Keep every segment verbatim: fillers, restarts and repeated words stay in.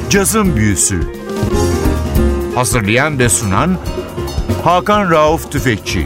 Cazın Büyüsü. Hazırlayan ve sunan Hakan Rauf Tüfekçi.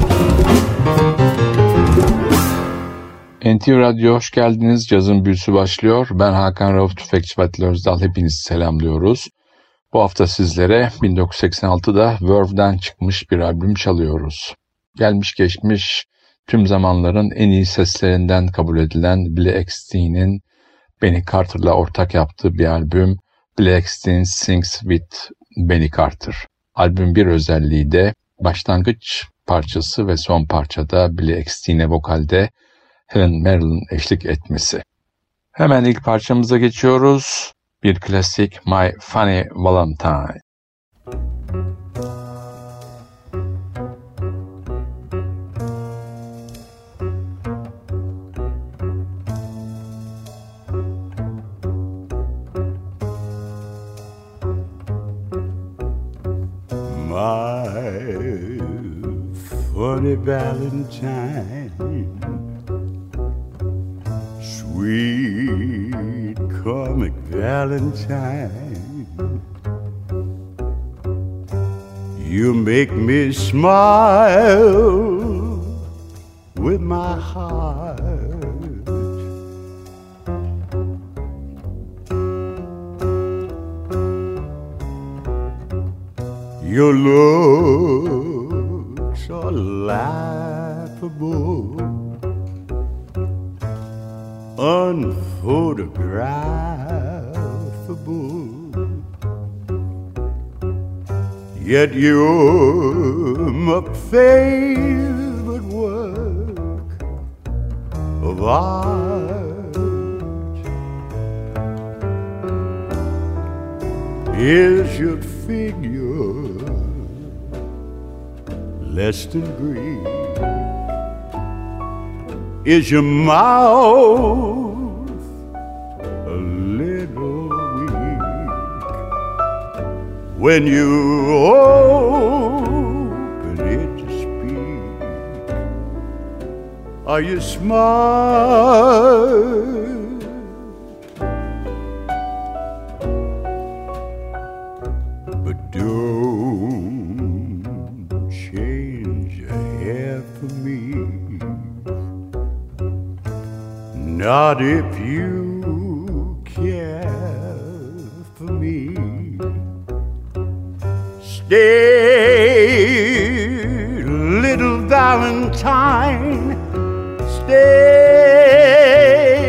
N T V Radyo hoş geldiniz. Cazın Büyüsü başlıyor. Ben Hakan Rauf Tüfekçi, Fatih Özdal. Hepinizi selamlıyoruz. Bu hafta sizlere bin dokuz yüz seksen altıda Verve'den çıkmış bir albüm çalıyoruz. Gelmiş geçmiş tüm zamanların en iyi seslerinden kabul edilen Billy Eckstine'in Benny Carter'la ortak yaptığı bir albüm, Billy Eckstine Sings with Benny Carter. Albüm bir özelliği de başlangıç parçası ve son parçada Billy Eckstine'e vokalde Helen Merrill'in eşlik etmesi. Hemen ilk parçamıza geçiyoruz. Bir klasik, My Funny Valentine. My funny Valentine, sweet comic Valentine, you make me smile with my heart. Your looks are laughable, unphotographable, yet you're my favorite work of art. Is your figure less than Greek? Is your mouth a little weak? When you open it to speak, are you smart? But don't change your hair for me, not if you care for me. Stay, little Valentine, stay.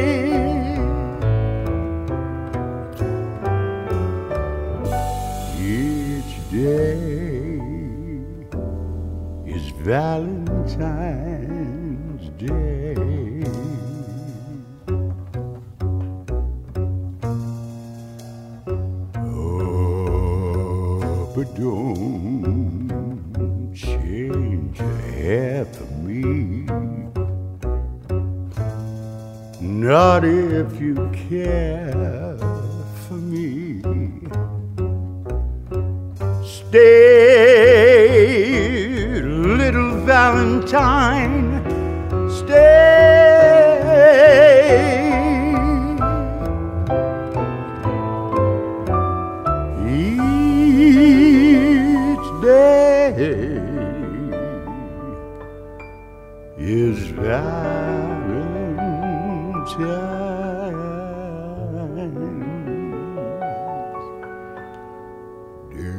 Each day is Valentine's Day. But don't change your hair for me, not if you care for me. Stay, little Valentine, stay. Is Valentine's Day.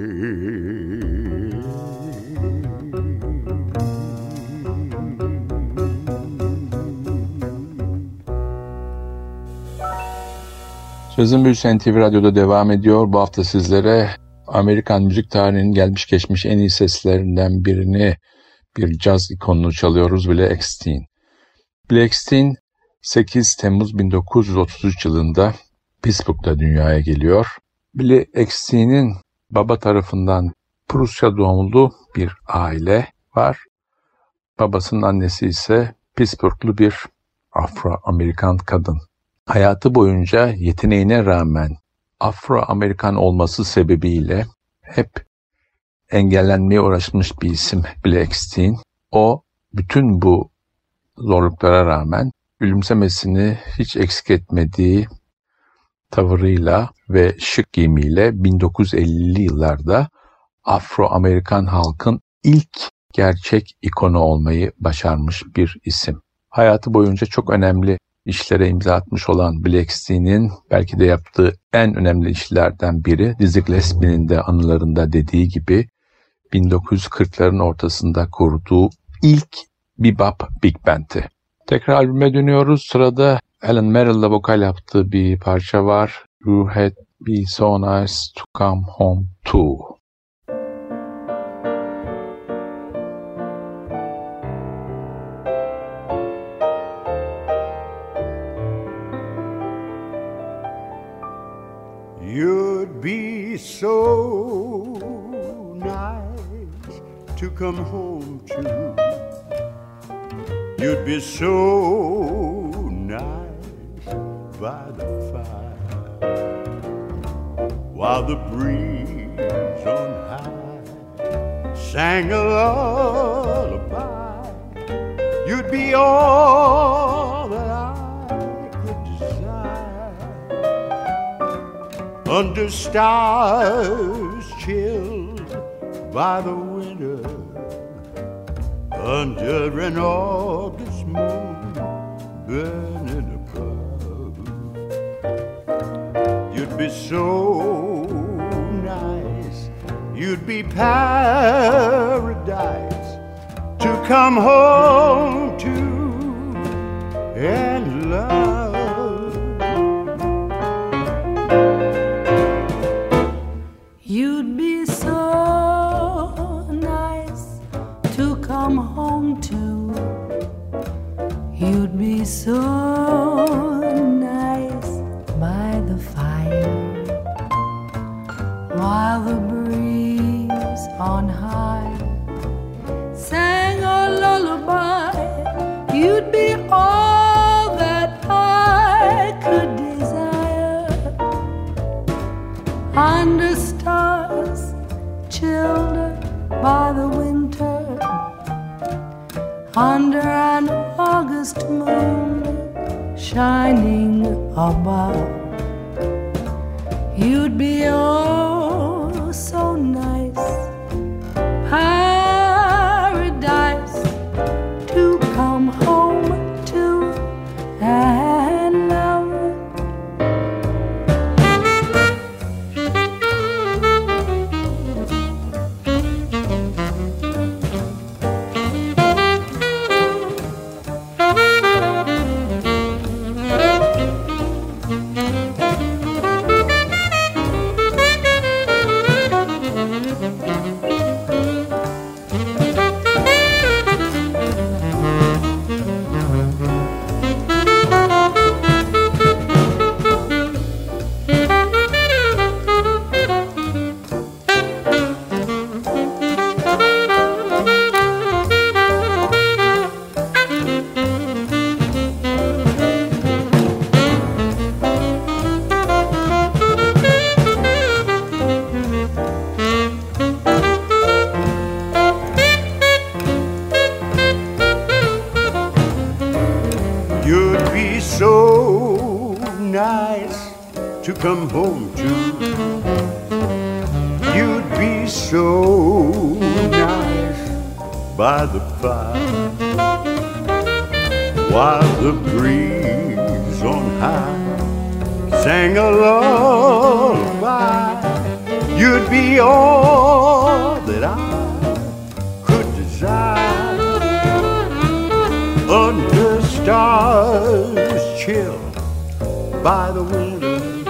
Cazın Büyüsü N T V Radyo'da devam ediyor. Bu hafta sizlere Amerikan müzik tarihinin gelmiş geçmiş en iyi seslerinden birini, bir caz ikonunu çalıyoruz, Billy Eckstine. Billy Eckstine sekiz Temmuz bin dokuz yüz otuz üç yılında Pittsburgh'da dünyaya geliyor. Billy Eckstine'in baba tarafından Prusya doğumlu bir aile var. Babasının annesi ise Pittsburgh'lu bir Afro-Amerikan kadın. Hayatı boyunca yeteneğine rağmen Afro-Amerikan olması sebebiyle hep engellenmeye uğraşmış bir isim Billy Eckstine. O bütün bu zorluklara rağmen gülümsemesini hiç eksik etmediği, tavırıyla ve şık giyimiyle bin dokuz yüz ellili yıllarda Afro-Amerikan halkın ilk gerçek ikonu olmayı başarmış bir isim. Hayatı boyunca çok önemli işlere imza atmış olan Black Stin'in belki de yaptığı en önemli işlerden biri, Dizzy Gillespie'nin de anılarında dediği gibi bin dokuz yüz kırkların ortasında kurduğu ilk bebop big band'i. Tekrar albüme dönüyoruz. Sırada Alan Merrill'la vokal yaptığı bir parça var. You had be so nice to come home to. You'd be so nice to come home to. You'd be so nice by the fire while the breeze on high sang a lullaby. You'd be all that I could desire under stars chilled by the winter, under an August moon burning above. You'd be so nice, you'd be paradise to come home to and love. You'd be so nice to come home to. You'd be so nice by the fire while the breeze on high sang a lullaby. You'd be all that I could desire under stars chilled by the winter, under an August moon shining above. You'd be oh so nice, paradise to come home to and love. Come home to. You'd be so nice by the fire while the breeze on high sang a lullaby. You'd be all that I could desire under stars chilled by the winter,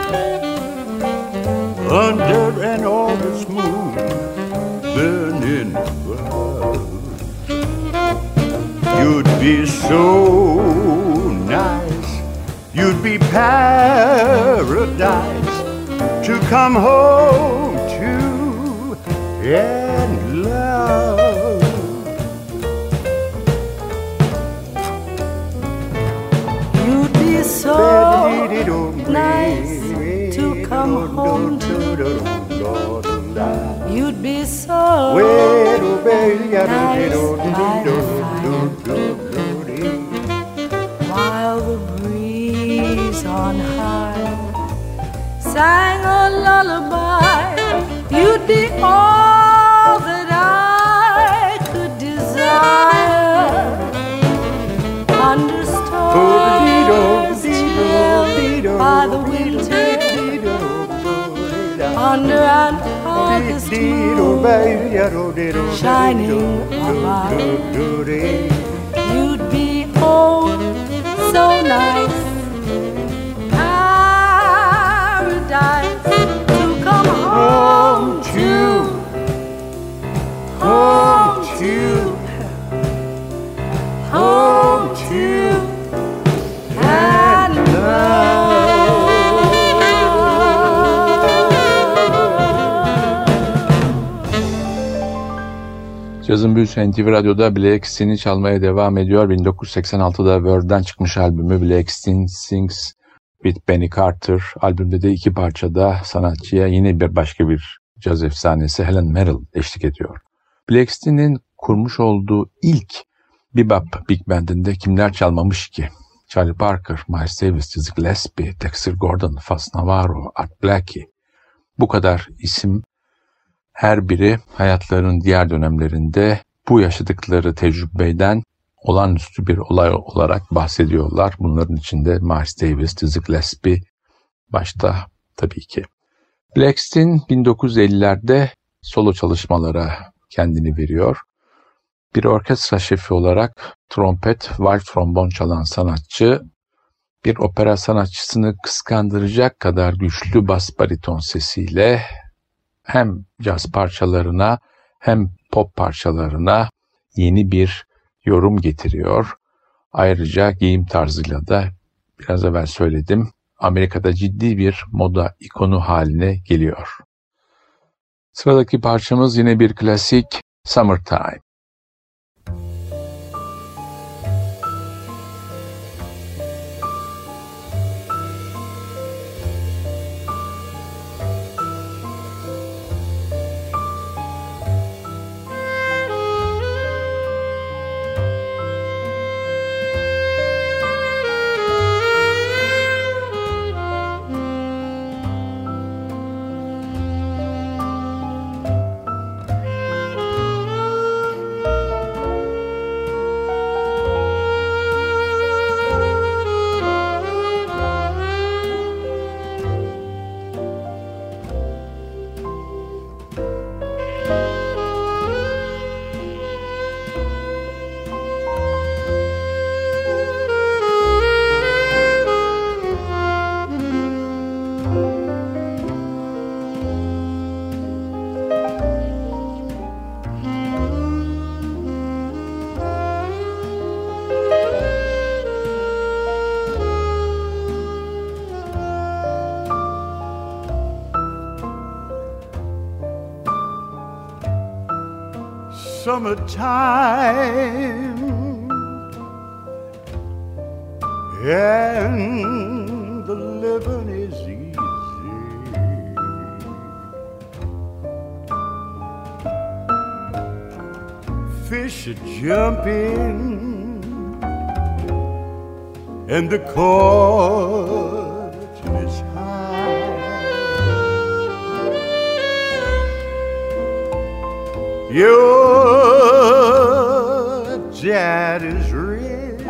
under an August moon burning above. You'd be so nice, you'd be paradise to come home to and love. You'd be so nice to come home to. You'd be so nice while the breeze on high lullaby. You'd be all that I could desire. Under stars chilled by the winter, under an August moon shining above, you'd be oh so nice. Paradise to come home to, home to, home to, and Cazın Büyüsü N T V Radyo'da Black Extin'i çalmaya devam ediyor. bin dokuz yüz seksen altıda Verve'den çıkmış albümü Black Extin Sings with Benny Carter. Albümde de iki parçada sanatçıya yine bir başka bir caz efsanesi Helen Merrill eşlik ediyor. Black Extin'in kurmuş olduğu ilk bebop big band'inde kimler çalmamış ki? Charlie Parker, Miles Davis, Dizzy Gillespie, Dexter Gordon, Fats Navarro, Art Blakey. Bu kadar isim, her biri hayatlarının diğer dönemlerinde bu yaşadıkları tecrübeden olağanüstü bir olay olarak bahsediyorlar. Bunların içinde Miles Davis, Dizzy Gillespie başta tabii ki. Black Extin bin dokuz yüz ellilerde solo çalışmalara kendini veriyor. Bir orkestra şefi olarak trompet, wild trombon çalan sanatçı, bir opera sanatçısını kıskandıracak kadar güçlü bas bariton sesiyle hem caz parçalarına hem pop parçalarına yeni bir yorum getiriyor. Ayrıca giyim tarzıyla da biraz evvel söyledim, Amerika'da ciddi bir moda ikonu haline geliyor. Sıradaki parçamız yine bir klasik, Summertime. Summertime and the living is easy. Fish are jumping and the cotton is high. Your dad is rich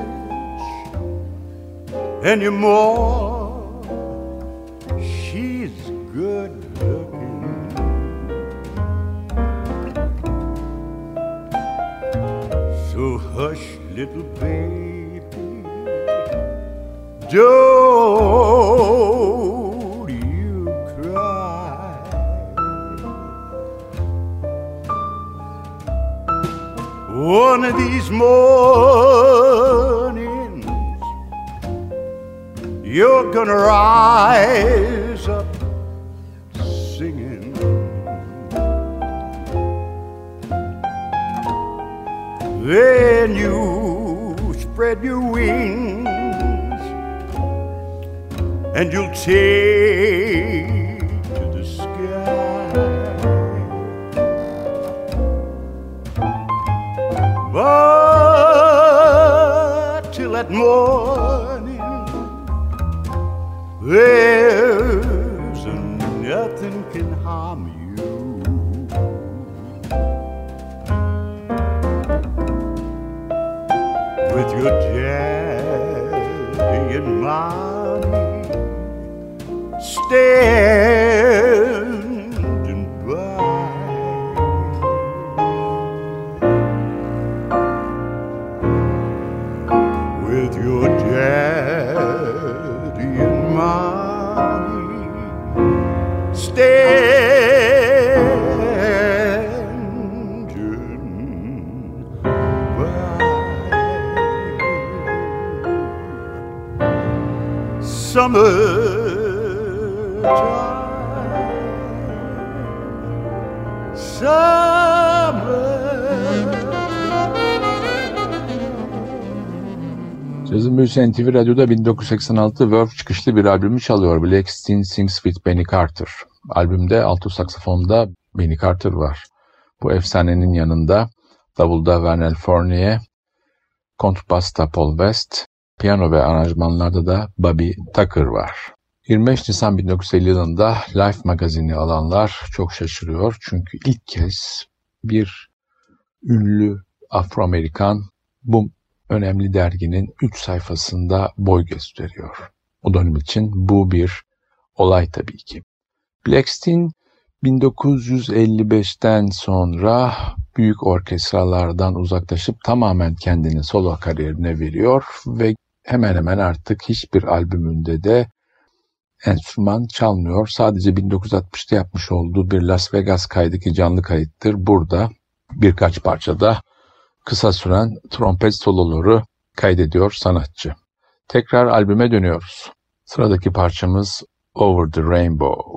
and your mom, she's good looking. So hush, little baby, don't you cry. One of these mornings you're gonna rise up singing. Then you spread your wings and you'll take to the sky. But till that morning, there's nothing summertime, summer. Cazın Büyüsü N T V Radyo'da bin dokuz yüz seksen altı Verve çıkışlı bir albümü çalıyor. Blake Steen Sings with Benny Carter. Albümde alto saksafonda Benny Carter var. Bu efsanenin yanında davulda Vernel Fournier, kontrbasta Paul West, piyano ve aranjmanlarda da Bobby Tucker var. yirmi beş Nisan bin dokuz yüz elli yılında Life magazini alanlar çok şaşırıyor. Çünkü ilk kez bir ünlü Afro-Amerikan bu önemli derginin üç sayfasında boy gösteriyor. O dönem için bu bir olay tabii ki. Blake Steen bin dokuz yüz elli beşten sonra büyük orkestralardan uzaklaşıp tamamen kendini solo kariyerine veriyor ve hemen hemen artık hiçbir albümünde de enstrüman çalmıyor. Sadece bin dokuz yüz altmışta yapmış olduğu bir Las Vegas kaydı ki canlı kayıttır. Burada birkaç parçada kısa süren trompet soloları kaydediyor sanatçı. Tekrar albüme dönüyoruz. Sıradaki parçamız Over the Rainbow.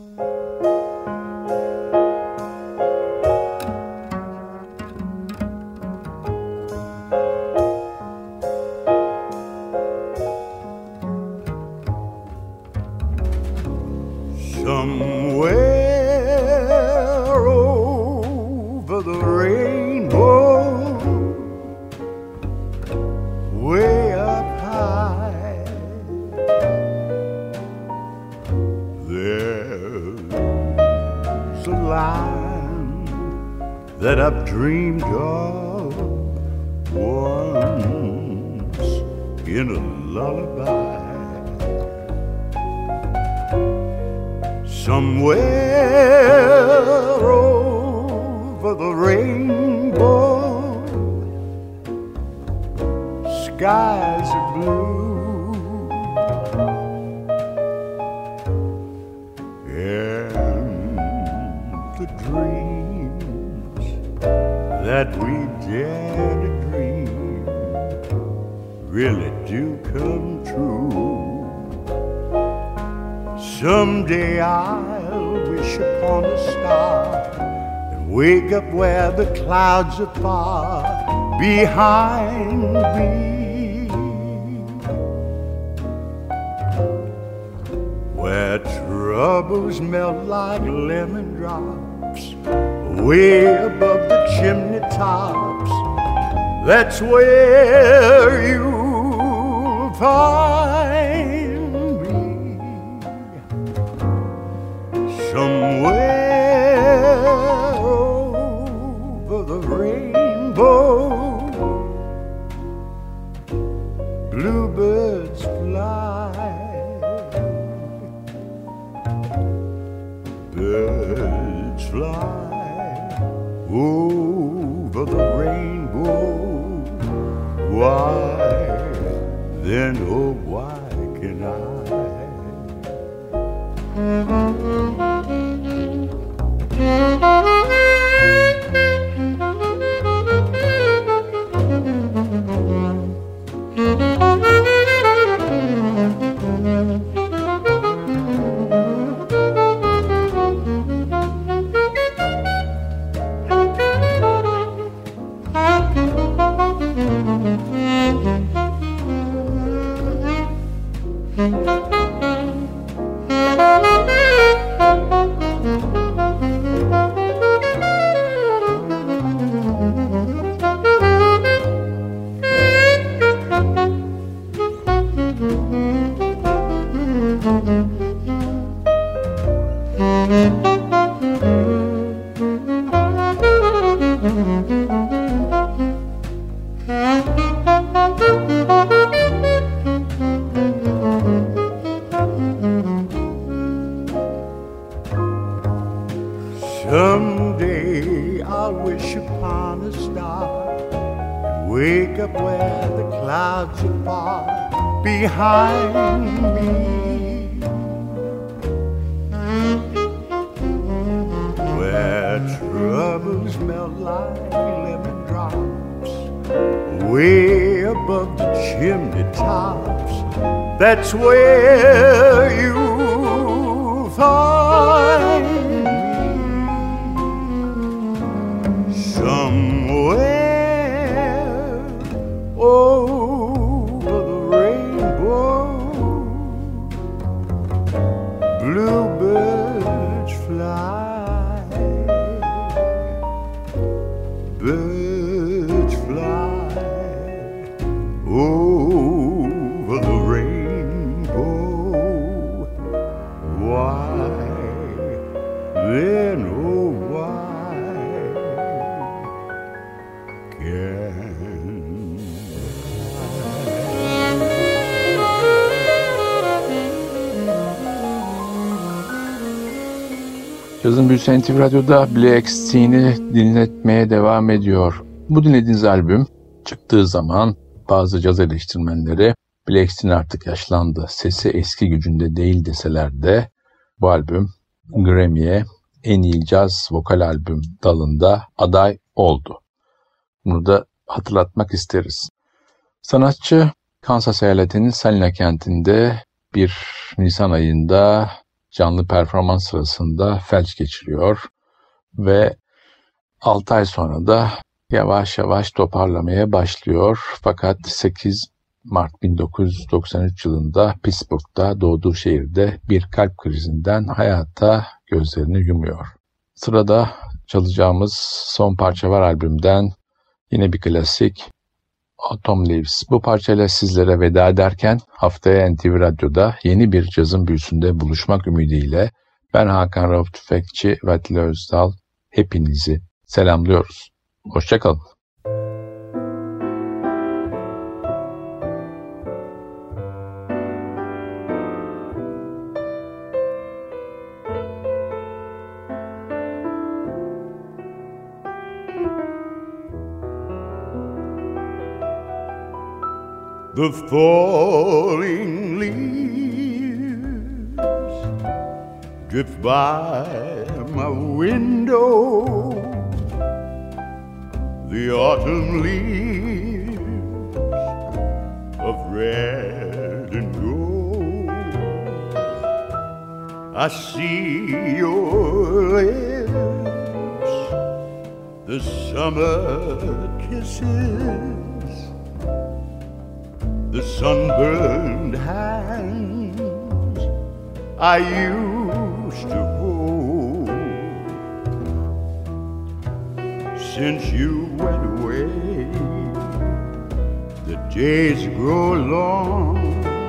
Somewhere over the rainbow, way up high, there's a line that I've dreamed of once in a lullaby. Somewhere over the rainbow, skies are blue, and the dreams that we dare to dream really do come true. Someday I'll wish upon a star and wake up where the clouds are far behind me, where troubles melt like lemon drops way above the chimney tops. That's where you'll find somewhere over the rainbow. Bluebirds fly, birds fly over the rainbow. Why then, oh why can I someday I'll wish upon a star and wake up where the clouds are far behind me, where troubles melt like lemon drops way above the chimney tops. that's where you'll find me. Somewhere over the rainbow, bluebirds fly, birds fly over the rainbow. Why then, oh why can't Cazın Büyüsü N T V Radyo'da Billy X T'ni dinletmeye devam ediyor. Bu dinlediğiniz albüm çıktığı zaman bazı caz eleştirmenleri Billy X T'nin artık yaşlandı, sesi eski gücünde değil deseler de bu albüm Grammy'ye en iyi caz vokal albüm dalında aday oldu. Bunu da hatırlatmak isteriz. Sanatçı Kansas eyaletinin Salina kentinde bir Nisan ayında canlı performans sırasında felç geçiriyor ve altı ay sonra da yavaş yavaş toparlamaya başlıyor. Fakat sekiz Mart bin dokuz yüz doksan üç yılında Pittsburgh'da doğduğu şehirde bir kalp krizinden hayata gözlerini yumuyor. Sırada çalacağımız son parça var albümden. Yine bir klasik, Autumn Leaves. Bu parçayla sizlere veda ederken haftaya N T V Radyo'da yeni bir cazın büyüsünde buluşmak ümidiyle ben Hakan Rauf Tüfekçi ve Atilla Özdal hepinizi selamlıyoruz. Hoşça kalın. The falling leaves drift by my window. The autumn leaves of red and gold. I see your lips, the summer kisses, the sunburned hands I used to hold. Since you went away, the days grow long,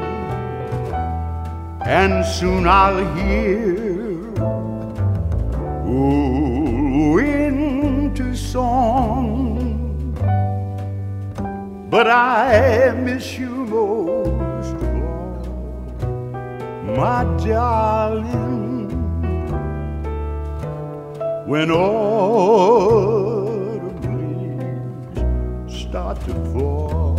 and soon I'll hear old winter song. But I miss you most of all, my darling, when autumn leaves start to fall.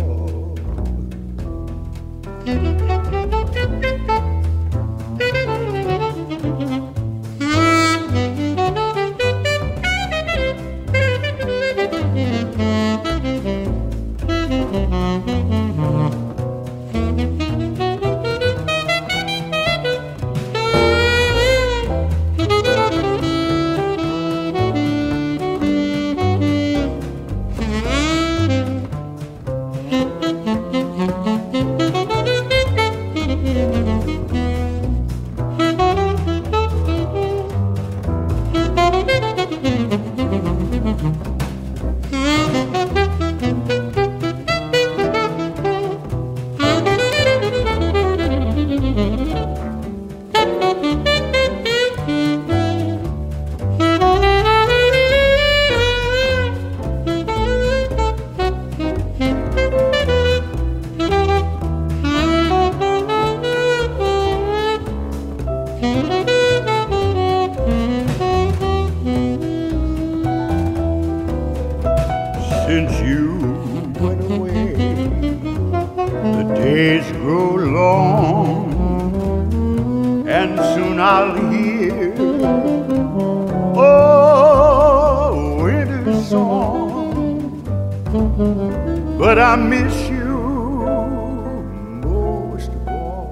Since you went away, the days grow long, and soon I'll hear oh, winter song. But I miss you most of all,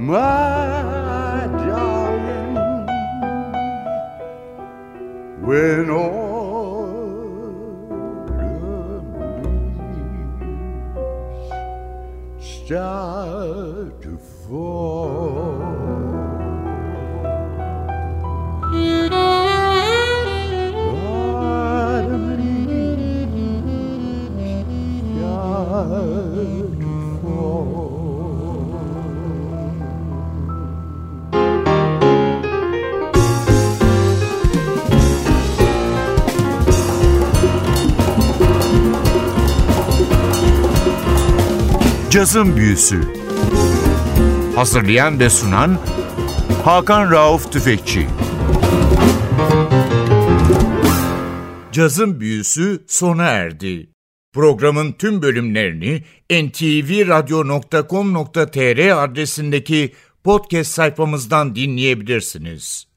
my darling, when autumn leaves start to fall. Autumn leaves start to fall. Cazın Büyüsü. Hazırlayan ve sunan Hakan Rauf Tüfekçi. Cazın Büyüsü sona erdi. Programın tüm bölümlerini en te ve radyo nokta com nokta te er adresindeki podcast sayfamızdan dinleyebilirsiniz.